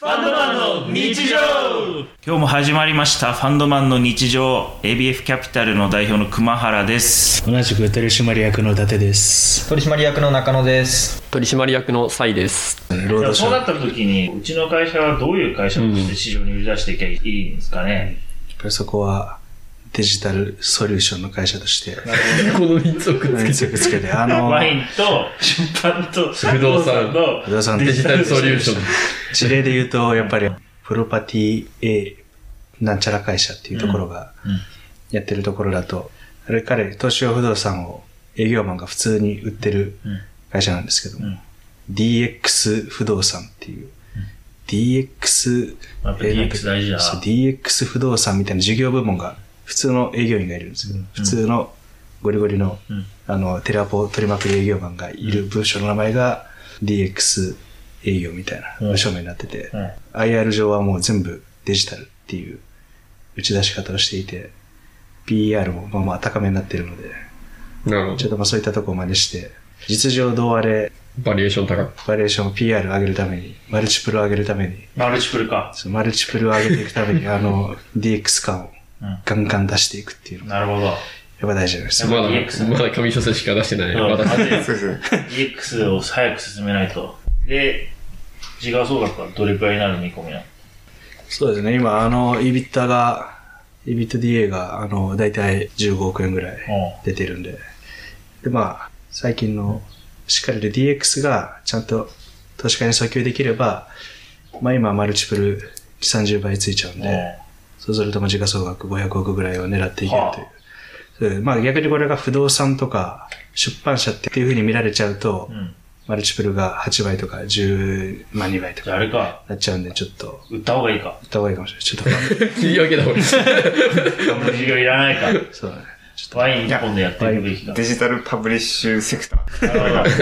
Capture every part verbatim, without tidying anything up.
ァンドマンの日常。今日も始まりましたファンドマンの日常。 エービーエフ キャピタルの代表の熊原です。 同じく取締役の伊達です。 取締役の中野です。 取締役のサイです。 そうなった時にうちの会社はどういう会社として市場に売り出していけばいいんですかね。 やっぱりそこはデジタルソリューションの会社としてこのみっつをくっつけてあのワインと出版と不動産の不動産デジタルソリューション。 事例で言うとやっぱりプロパティ A なんちゃら会社っていうところがやってるところだと、あれ彼東証不動産を営業マンが普通に売ってる会社なんですけども、うん、ディーエックス 不動産っていう、うん、ディーエックスやっぱ ディーエックス 大事だ。 ディーエックス 不動産みたいな事業部門が普通の営業員がいるんですけど、うん、普通のゴリゴリの、うん、あのテレアポ取りまくり営業マンがいる部署の名前が ディーエックス 営業みたいな部署名になってて、うんうん、アイアール 上はもう全部デジタルっていう打ち出し方をしていて ピーアール もまあまあ高めになっているので、なるほど、ちょっとまあそういったところを真似して実情どうあれバリエーション高くバリエーションを ピーアール 上げるためにマルチプルを上げるためにマルチプルかマルチプルを上げていくためにあの ディーエックス 感をガンガン出していくっていうのが、 なるほど、やっぱ大事なんですよ。まだまだ紙書籍しか出してない。まだ ディーエックス を早く進めないと。で時価総額はどれくらいになる見込みなの？ そうですね、今あの イービッタ が イービッタディーエー があのだいたいじゅうごおくえんぐらい出てるんで、でまあ最近のしっかりで ディーエックス がちゃんと投資家に訴求できれば、まあ今マルチプルさんじゅうばいついちゃうんで、そうすると時価総額ごひゃくおくぐらいを狙っていけるという、まあ逆にこれが不動産とか出版社っていう風に見られちゃうと、うん、マルチプルがはちばいとかじゅうまんにばいとかなっちゃうんで、ちょっと売った方がいいか売った方がいいかもしれない。ちょっと切り分けた方がいい。 この事業いらないか。 そうだね。 ちょっとワイン一本でやっていくべきだ。 デジタルパブリッシュセクター。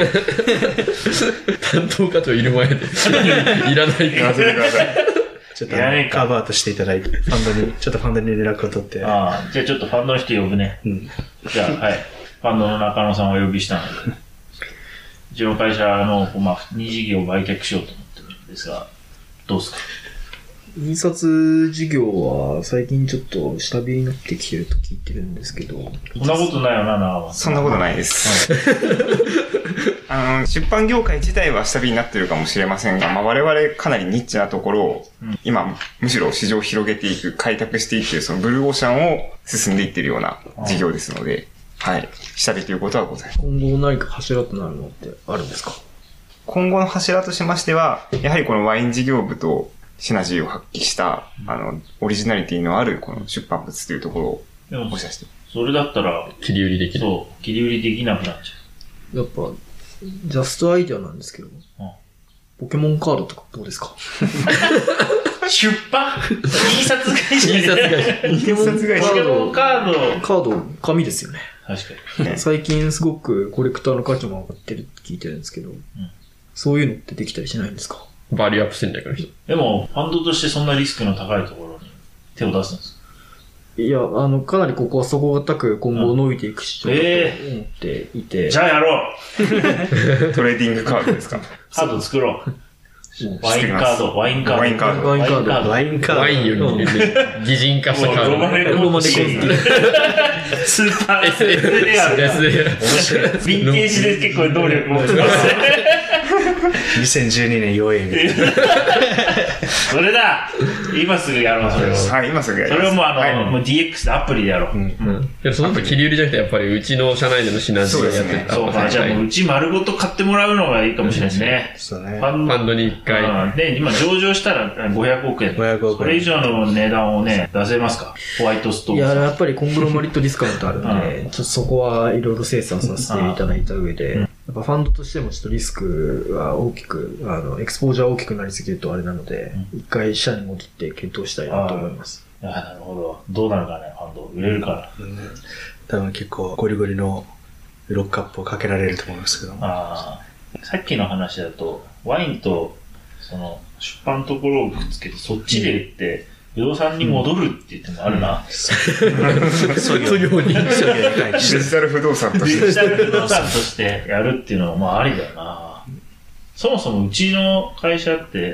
担当課長いる前でいらないって言わせてください。 ちょっとカーブアウトしていただいて、ファンドに、ちょっとファンドに連絡を取って。 ああ、じゃあちょっとファンドの人呼ぶね。うん。じゃあ、はい。ファンドの中野さんをお呼びしたので。うちの会社の、まあ、に事業を売却しようと思ってるんですが、どうですか？ 印刷事業は最近ちょっと下火になってきてると聞いてるんですけど。 そんなことないよな、なあ。 そんなことないです。あの、出版業界自体は下火になってるかもしれませんが、まあ、我々かなりニッチなところを、うん、今、むしろ市場を広げていく、開拓していっている、そのブルーオーシャンを進んでいっているような事業ですので、はい。下火ということはございます。 今後何か柱となるのってあるんですか？ 今後の柱としましては、やはりこのワイン事業部とシナジーを発揮した、あの、オリジナリティのあるこの出版物というところをお指して。 それだったら、 切り売りできる。 そう、切り売りできなくなっちゃう。やっぱ、ジャストアイデアなんですけど、うん、ポケモンカードとかどうですか？ 出版印刷会社印刷会社。 印刷会社。 ポケモンカード。 カード、紙ですよね。 確かに。 最近すごくコレクターの価値も上がってるって聞いてるんですけど、うん、そういうのってできたりしないんですか？ バリューアップ戦略の人。 でも、ファンドとしてそんなリスクの高いところに手を出すんですか？ いや、あの、かなりここは底堅く今後伸びていく市場だと思っていて。 えー、じゃあやろうトレーディングカードですか？ カード作ろう。ワインカード、ワインカード。 ワインカード。 ワインカード。 ワインカード。 ワインより擬人化したカード。 ロマネロマネコンスーパー エスディー ある。面白い。ヴィンテージで結構能力持ってますね。 にせんじゅうにねん弱いみたいな。 それだ！今すぐやろう、それを。 はい、今すぐやります。 それをもうあの、はい、もう ディーエックス でアプリでやろう。うん。うんうん、その後切り売りじゃなくて、やっぱりうちの社内でのシナジーをやってた。 そうか、じゃあもううち丸ごと買ってもらうのがいいかもしれないですね。 そうね。 ファンドに一回。 で、今上場したらごひゃくおくえん。ごひゃくおくえん。それ以上の値段をね、出せますか？ホワイトストーン。 いや、やっぱりコングロマリットディスカウントあるんで、うん、ちょっとそこはいろいろ精査させていただいた上で、うん、やっぱファンドとしてもちょっとリスクは大きく、あの、エクスポージャー大きくなりすぎるとあれなので、うん、一回社に戻って検討したいなと思います。 いや、なるほど。どうなるかね、ファンド。売れるかな。うん、 多分結構ゴリゴリのロックアップをかけられると思いますけども。 ああ。さっきの話だと、ワインと、その、出版のところをくっつけて、そっちで売って、不動産に戻るって言ってもあるな。 そういうように。デジタル不動産として。 デジタル不動産としてやるっていうのは、まあありだよな。そもそもうちの会社って、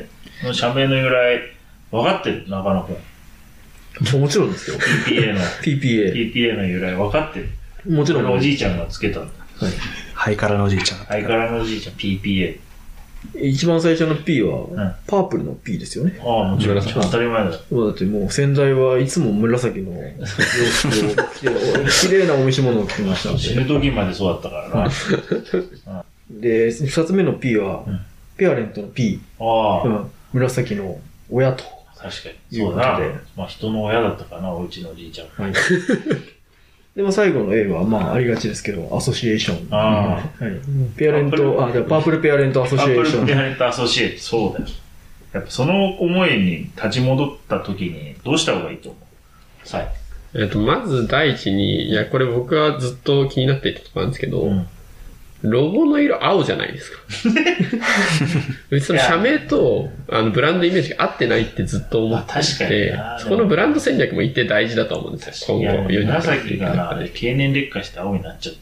その社名の由来、分かってる中野くん。 もちろんですよ。 ピーピーエー の。 ピーピーエー。 ピーピーエー の由来分かってる。 もちろん。 おじいちゃんがつけたんだ。 はい。 ハイカラのおじいちゃん。 ハイカラのおじいちゃん、ピーピーエー。 一番最初の P は、 うん、 パープルの P ですよね。 ああ、もちろん。当たり前だ。 だってもう先代はいつも紫の洋服を着て、綺麗なお召し物を着てましたんで。 死ぬ時までそうだったからな。で、二つ目の P は、うん、ペアレントの P。 ああ、うん。 紫の親と。 確かに。そうだな。まあ人の親だったかな、おうちのおじいちゃん。はい。 でも最後の A は、まあ、ありがちですけど、アソシエーション。ああ。はい。ペアレント、あ、でパープルペアレントアソシエーション。 パープルペアレントアソシエーション。そうだよ。やっぱその思いに立ち戻った時に、どうした方がいいと思う？さえっと、まず第一に、いや、これ僕はずっと気になっていたところなんですけど、うん、ロゴの色青じゃないですか。別にその社名とあのブランドイメージが合ってないってずっと思ってて、そこのブランド戦略も一定大事だと思うんですよ。今後世に紫がな、経年劣化して青になっちゃった。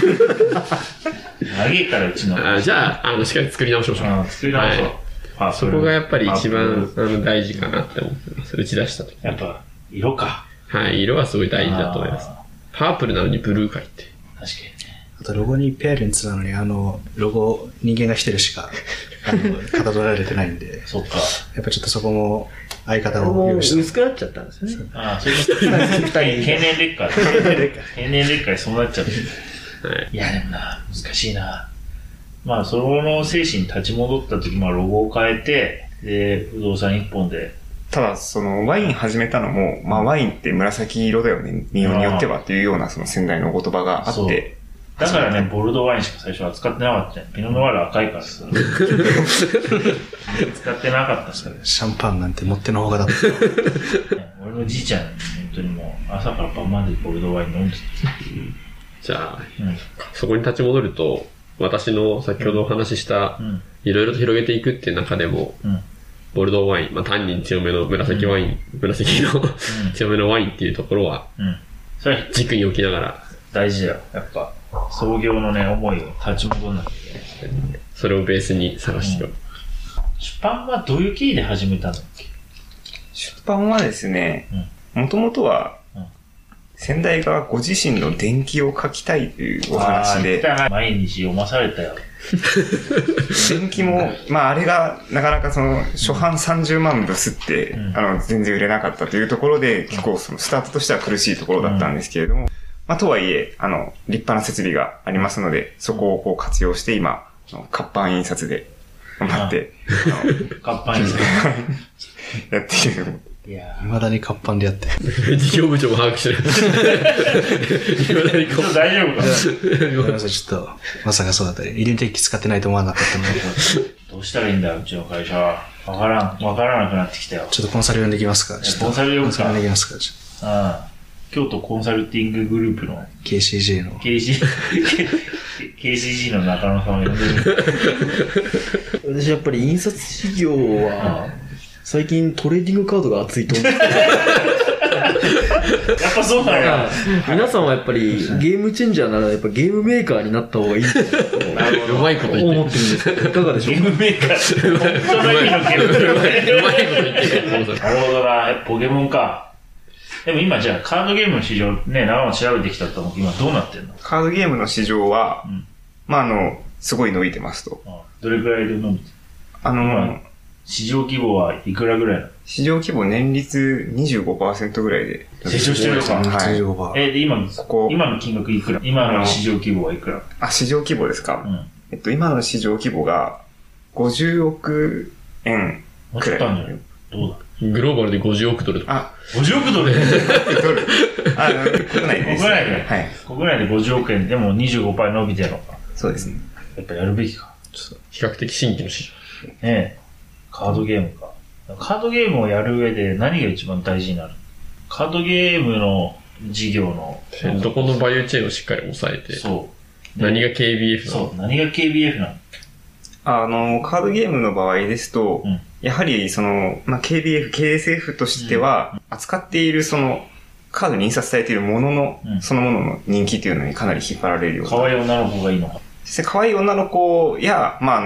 長いからうちの。 あじゃあ、あの、しっかり作り直しましょう。 あ作り直そう。 はい、そこがやっぱり一番あの大事かなって思ってます。打ち出した時。 やっぱ、色か。 はい、色はすごい大事だと思います。パープルなのにブルーかいって。 確かにね。 あとロゴにペアレンツなのに、あの、ロゴ人間がしてるしか、あの、かたどられてないんで。 そっか。 やっぱちょっとそこも、相方を用意した。薄くなっちゃったんですよね。 ああ、そういうこと。経年劣化。経年劣化にそうなっちゃって。はい、いや、でもな、難しいな。まあ、その精神に立ち戻った時、まあ、ロゴを変えて、で、不動産一本で。 ただ、その、ワイン始めたのも、まあ、ワインって紫色だよね、見ようによってはっていうような、その先代のお言葉があって。 だからね、ボルドーワインしか最初は使ってなかったよ。ピノノワール赤いからさ。使ってなかったし。 シャンパンなんて持ってのほかだった。 俺のじいちゃん、本当にもう、朝から晩までボルドーワイン飲んでた。 じゃあ、うん、そこに立ち戻ると、私の先ほどお話しした、いろいろと広げていくっていう中でも、うん、ボルドーワイン、まあ単に強めの紫ワイン、うん、紫の強めのワインっていうところは、うん、それ軸に置きながら。 大事だよ。やっぱ、創業のね、思いを立ち戻んなきゃいけない。 それをベースに探してよ、うん。 出版はどういう経緯で始めたんだっけ？ 出版はですね、もともとは、先代がご自身の伝記を書きたいというお話で。 毎日読まされたよ。 伝記も、まああれがなかなかその初版さんじゅうまんぶすって、うん、あの全然売れなかったというところで、結構そのスタートとしては苦しいところだったんですけれども、うん、まあとはいえ、あの、立派な設備がありますので、そこをこう活用して今、活版印刷で頑張って、 活版印刷やっている。 いや未だに活版でやって。 事業部長も把握してる。未だに活版。 大丈夫かなごめんなさい、ちょっと、まさかそうだったり。イデンティティ使ってないと思わなかったので。 どうしたらいいんだよ、うちの会社は。わからん、わからなくなってきたよ。 ちょっとコンサル呼んできますか。ちょっとコンサル呼ぶか。 コンサル呼んできますか。 ああ。京都コンサルティンググループのケーシージェー のケーシー、ケーシージー の中野さんを呼んでる。 私やっぱり印刷事業は、最近トレーディングカードが熱いと思って。やっぱそうだよ。 皆さんはやっぱりゲームチェンジャーならやっぱゲームメーカーになった方がいいとうまいこと言って思ってるんですけど、いかがでしょうか。 ゲームメーカーって本当の意味のゲームメーカー。うまいこと言ってる。なるほどな。ポケモンか。でも今じゃあカードゲームの市場ね、長野調べてきたと思う。今どうなってんの？ カードゲームの市場は、うん、まああの、すごい伸びてますと。 ああどれくらいで伸びてる？ あの、まあ、 市場規模はいくらぐらいなの？ 市場規模年率 にじゅうごパーセント ぐらいで。 成長してるのか？ はい。 にじゅうごパーセント。 え、で、今、ここ今の金額いくら？今の市場規模はいくら？ あ、市場規模ですか？ うん。 えっと、今の市場規模がごじゅうおくえんくらい。 もうちょっとあるんじゃない？どうだ？ グローバルでごじゅうおくドルとか。 あ、ごじゅうおくドルドルあ、国内です。 国内ではい。 国内でごじゅうおくえんでも にじゅうごパーセント 伸びてるのか。 そうですね。 やっぱやるべきか。 比較的新規の市場。 ねえ。カードゲームか。カードゲームをやる上で何が一番大事になる？カードゲームの事業の。 どこのバリューチェーンをしっかり抑えて。 そう。 何が ケービーエフ なの？ そう。何が ケービーエフ なの？ あの、カードゲームの場合ですと、うん、やはりその、まあ、ケービーエフ、ケーエスエフ としては、扱っているその、カードに印刷されているものの、うん、そのものの人気というのにかなり引っ張られるような。 可愛い女の子がいいのか。 そして可愛い女の子や、まあ、あの、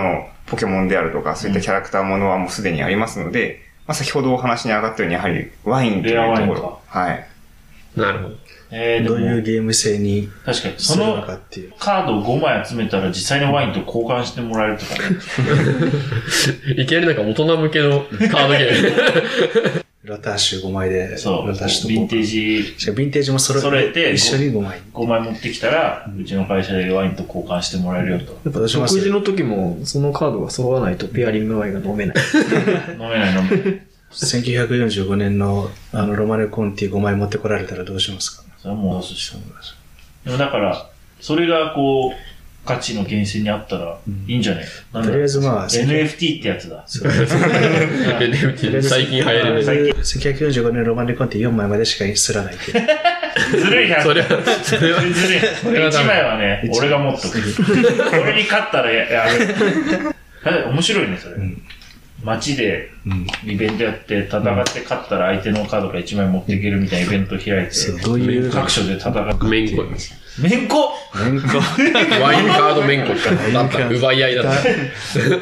ポケモンであるとか、そういったキャラクターものはもうすでにありますので、まあ先ほどお話に上がったように、やはりワインというところ。はい。 なるほど。 えー、 どういうゲーム性に確かにそのカードをごまい集めたら実際にワインと交換してもらえるとかね。 いきなりなんか大人向けのカードゲーム。 ロタッシュごまいで、 そう、 ロタッシュとヴィンテージ、 ヴィンテージも揃えて、 一緒にごまい。 ごまい持ってきたら、うちの会社でワインと交換してもらえるよと。 やっぱ食事の時も、そのカードが揃わないとペアリングワインが飲めない。 飲めない飲めない。 せんきゅうひゃくよんじゅうごねんのあのロマネコンティごまい持ってこられたらどうしますか？ それはもうどうしよう。でもだから、それがこう、価値の源泉にあったらいいんじゃないか。 とりあえずまあ、 エヌエフティー ってやつだ。 エヌエフティー 最近流行る。 せんきゅうひゃくよんじゅうごねんロマネコンティよんまいまでしかすらないって。 ずるいな。 それは、それは、 ずるい。いちまいはね、俺が持っとく。俺に勝ったらやる。面白いね、それ。街でイベントやって戦って勝ったら相手のカードがいちまい持っていけるみたいなイベント開いて、 どういう各所で戦う。 めんこ。 めんこめんこ。 ワインカードめんこか。だった。奪い合いだった。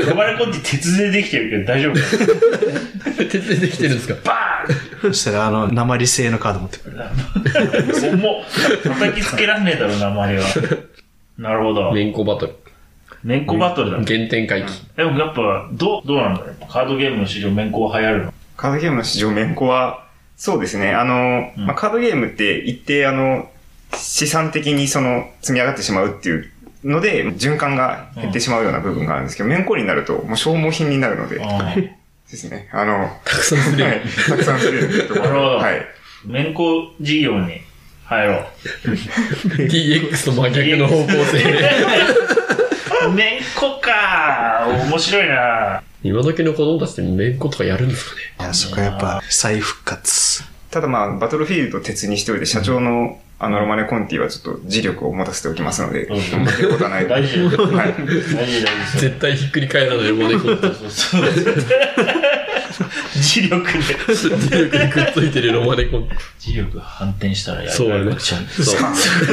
ロマネコンティ鉄でできてるけど大丈夫か鉄でできてるんですか？ バーンそしたらあの、鉛製のカード持ってくる。 重っ。叩きつけらんねえだろ、鉛は。なるほど。 めんこバトル。 めんこバトルだ。 原点回帰。 でもやっぱ、どう、どうなんだろう。カードゲームの市場めんこは流行るの？ カードゲームの市場めんこは、そうですね。あの、うんまあ、カードゲームって一定あの、資産的にその、積み上がってしまうっていうので、循環が減ってしまうような部分があるんですけど、めんこになるともう消耗品になるので、ですね。あの、 たくさんすれる。 たくさんすれるところ。 なるほど。 はい。 めんこ事業に入ろう。 ディーエックス と真逆の方向性で。 めんこかー面白いな。 今時の子供たちってめんことかやるんですかね。 いや、そこはやっぱ再復活。 ただまあ、バトルフィールド鉄にしておいて、社長のあのロマネコンティはちょっと磁力を持たせておきますので、負けることはない。 大事だよ。 はい。 大事大事。 絶対ひっくり返らないロマネコンティ。 そうそう。磁力で。 磁力にくっついてるロマネコンティ。 磁力反転したらやる。 そうだね。そう。フ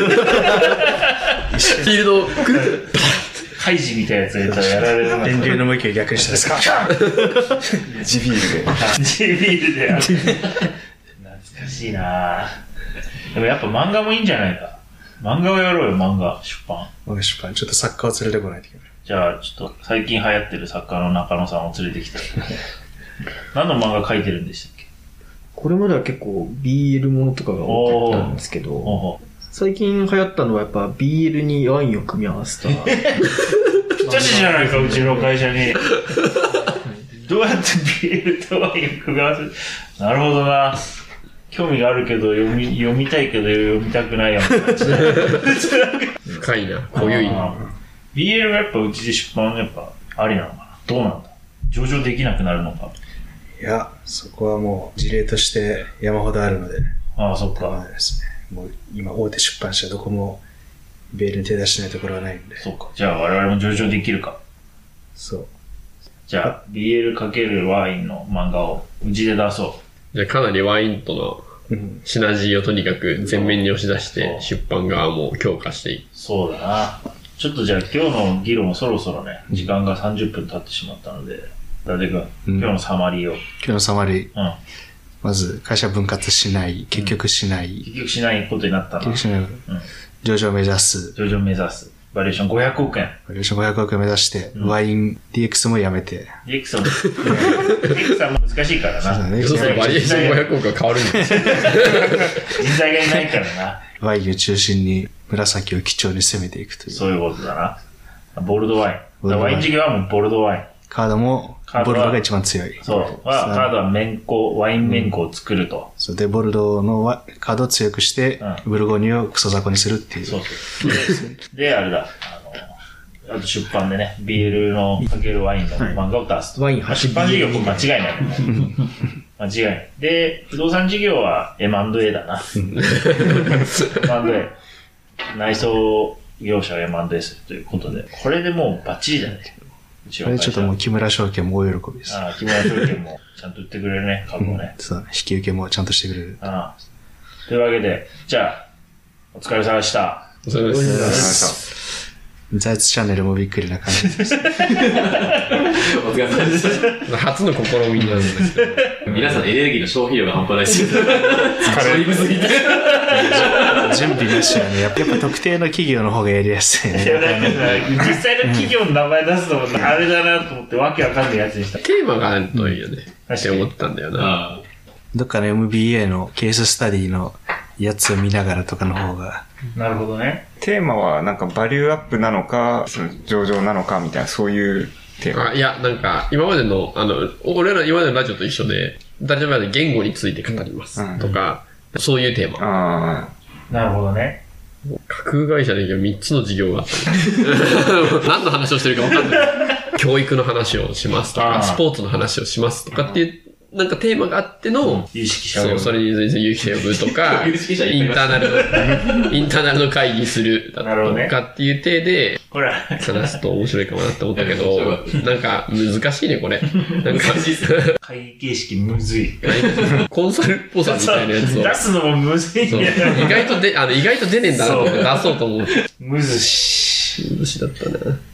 ィールド、くるっカイジみたいなやつやったらやられるな。 電流の向きを逆にしたらスカッ地ビールで。 地ビールでやる。懐かしいなでもやっぱ漫画もいいんじゃないか。漫画をやろうよ、漫画、出版。 出版。ちょっと作家を連れてこないといけない。 じゃあ、ちょっと最近流行ってる作家の中野さんを連れてきたい。何の漫画描いてるんでしたっけ？ これまでは結構 ビーエル ものとかが多かったんですけど、最近流行ったのはやっぱ ビーエル にワインを組み合わせた。 ぴったしじゃないか、うちの会社に。どうやってビールとワインを組み合わせる？なるほどな。興味があるけど読み、読みたいけど読みたくないような感じ。 深いな、濃ゆいな。 ビーエル がやっぱうちで出版やっぱありなのかな？どうなんだ？上場できなくなるのか？ いや、そこはもう事例として山ほどあるので。 ああ、そっか。 ですね。もう今大手出版社どこもビーエルに手出してないところはないんで。 そっか。じゃあ我々も上場できるか。 そう。 じゃあ ビーエル× ワインの漫画をうちで出そう。 じゃあかなりワインとのシナジーをとにかく全面に押し出して出版側も強化していく。 そうだな。ちょっとじゃあ今日の議論もそろそろね、時間がさんじゅっぷん経ってしまったので、伊達君、うん、今日のサマリーを。今日のサマリー。 うん。 まず、会社分割しない、結局しない。うん、 結局しないことになったな。 結局しない。うん。上場目指す。 上場目指す。バリエーションごひゃくおくえん。 バリエーションごひゃくおくえん目指して、うん、ワイン ディーエックス もやめて。 ディーエックス も、ディーエックス は難しいからな。 そうですね。バリエーションごひゃくおくが変わるんです。 人材がいないからな。 ワインを中心に紫を基調に攻めていくという。 そういうことだな。ボルドワイン。ワイン事業はもうボルドワイン。 カードも、ボルドが一番強い。 そう。はカードは麺粉、ワイン麺粉を作ると。 そうで、ボルドのカードを強くして、うん、ブルゴーニュをクソ雑魚にするっていう。 そうそう。で、あれだ。あの、あと出版でね、ビールのかけるワインの漫画を出すと。 ワイン出版事業も間違いない。間違いない。で、不動産事業は エムアンドエー だな。エムアンドエー。内装業者を エムアンドエー するということで、これでもうバッチリだね。 これちょっともう木村証券も大喜びです。 ああ、木村証券もちゃんと売ってくれるね、株をね。 うん、そう、引き受けもちゃんとしてくれる。 ああ。というわけで、じゃあ、お疲れ様でした。 お疲れ様でした。 ザイツチャンネルもびっくりな感じです。 お疲れ様です。 初の試みなんですけど。 皆さんエネルギーの消費量が半端ないですよ。疲れすぎて。 準備なしはね、やっぱ特定の企業の方がやりやすいね。 いや、なんか実際の企業の名前出すのもあれだなと思ってわけわかんないやつにした。 テーマがあるといいよね。って思ったんだよな。 どっかの エムビーエー のケーススタディのやつを見ながらとかの方が。 なるほどね。 テーマはなんかバリューアップなのか、その上場なのかみたいな、そういうテーマ。 あ、いや、なんか、今までの、あの、俺ら今までのラジオと一緒で、誰でも言語について語りますとか、うん、そういうテーマ。 あなるほどね。 架空会社でみっつの事業があった。何の話をしてるか分かんない。教育の話をしますとか、スポーツの話をしますとかっていう、なんかテーマがあっての、 有識者そう、それに有識者呼ぶとか、インターナルの、インターナルの会議するだとかっていう体で、 ほら、 話すと面白いかもなって思ったけど、なんか難しいね、これ。なんか、 会議形式むずい。 コンサルっぽさみたいなやつを。 出すのもむずいんだよ。 意外とで、あの、意外と出ねえんだなと思って出そうと思う。 むずし。 むずしだったね。